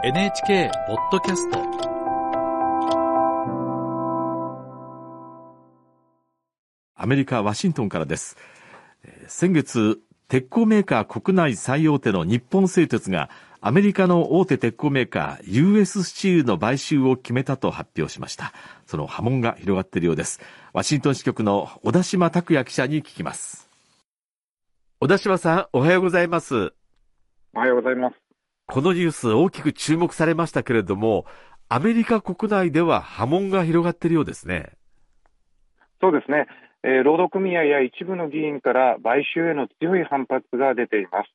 NHK ポッドキャスト。アメリカ・ワシントンからです。先月、鉄鋼メーカー国内最大手の日本製鉄がアメリカの大手鉄鋼メーカー US スチールの買収を決めたと発表しました。その波紋が広がっているようです。ワシントン支局の小田島拓也記者に聞きます。小田島さん、おはようございます。 おはようございます。 このニュース大きく注目されましたけれども、アメリカ国内では波紋が広がっているようですね。 そうですね、労働組合や一部の議員から買収への強い反発が出ています。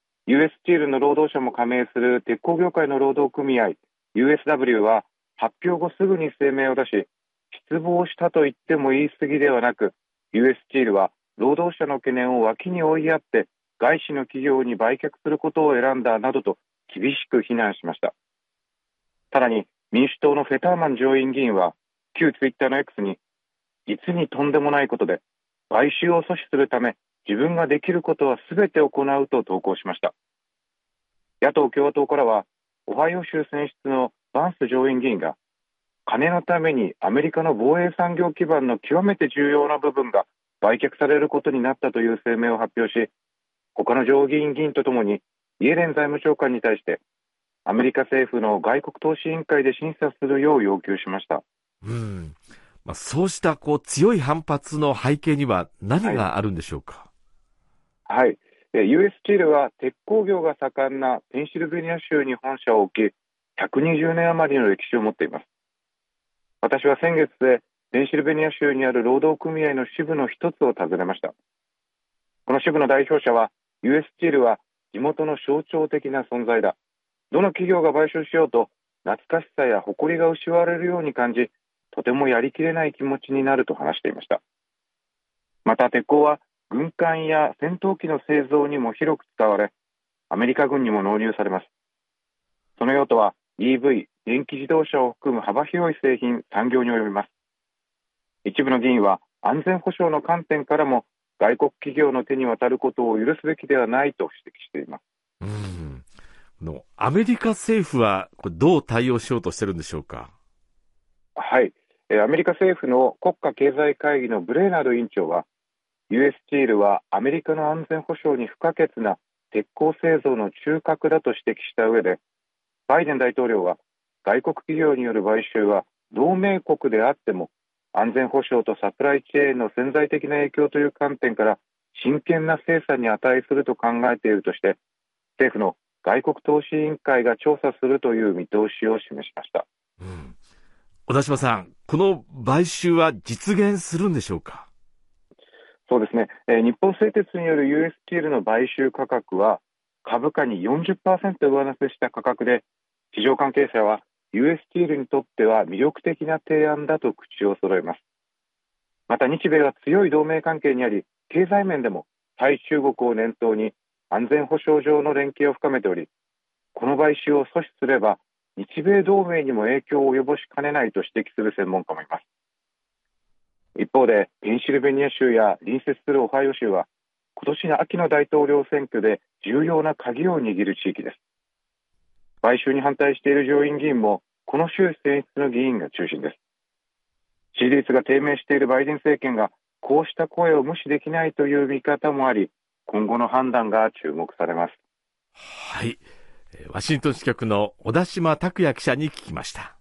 US スチールの労働者も加盟する鉄鋼業界の労働組合 USW は発表後すぐに声明を出し、失望したと言っても言い過ぎではなく、 US スチールは労働者の懸念を脇に追いやって外資の企業に売却することを選んだなどと厳しく非難しました。さらに民主党のフェターマン上院議員は旧ツイッターの X に、実にとんでもないことで買収を阻止するため自分ができることはすべて行うと投稿しました。野党共和党からはオハイオ州選出のバンス上院議員が、金のためにアメリカの防衛産業基盤の極めて重要な部分が売却されることになったという声明を発表し、他の上院議員とともにイエレン財務長官に対してアメリカ政府の外国投資委員会で審査するよう要求しました。 そうした強い反発の背景には何があるんでしょうか。 はい、US スチールは鉄鋼業が盛んなペンシルベニア州に本社を置き、120年余りの歴史を持っています。私は先月でペンシルベニア州にある労働組合の支部の一つを訪ねました。この支部の代表者は、 US スチールは地元の象徴的な存在だ、どの企業が買収しようと懐かしさや誇りが失われるように感じ、とてもやりきれない気持ちになると話していました。また鉄鋼は軍艦や戦闘機の製造にも広く使われ、アメリカ軍にも納入されます。その用途は EV 電気自動車を含む幅広い製品産業に及びます。一部の議員は安全保障の観点からも外国企業の手に渡ることを許すべきではないと指摘しています。 アメリカ政府はどう対応しようとしているんでしょうか。 はい、アメリカ政府の国家経済会議のブレーナード委員長は、 US スチールはアメリカの安全保障に不可欠な鉄鋼製造の中核だと指摘した上で、バイデン大統領は外国企業による買収は同盟国であっても安全保障とサプライチェーンの潜在的な影響という観点から真剣な精査に値すると考えているとして、政府の外国投資委員会が調査するという見通しを示しました。 小田島さん、この買収は実現するんでしょうか。 そうですね、日本製鉄による US スチールの買収価格は株価に 40% 上乗せした価格で、市場関係者は US スチールにとっては魅力的な提案だと口を揃えます。また日米は強い同盟関係にあり、経済面でも対中国を念頭に安全保障上の連携を深めており、この買収を阻止すれば日米同盟にも影響を及ぼしかねないと指摘する専門家もいます。一方でペンシルベニア州や隣接するオハイオ州は今年の秋の大統領選挙で重要な鍵を握る地域です。買収に反対している上院議員もこの州選出の議員が中心です。支持率が低迷しているバイデン政権がこうした声を無視できないという見方もあり、今後の判断が注目されます。 はい、ワシントン支局の小田島拓也記者に聞きました。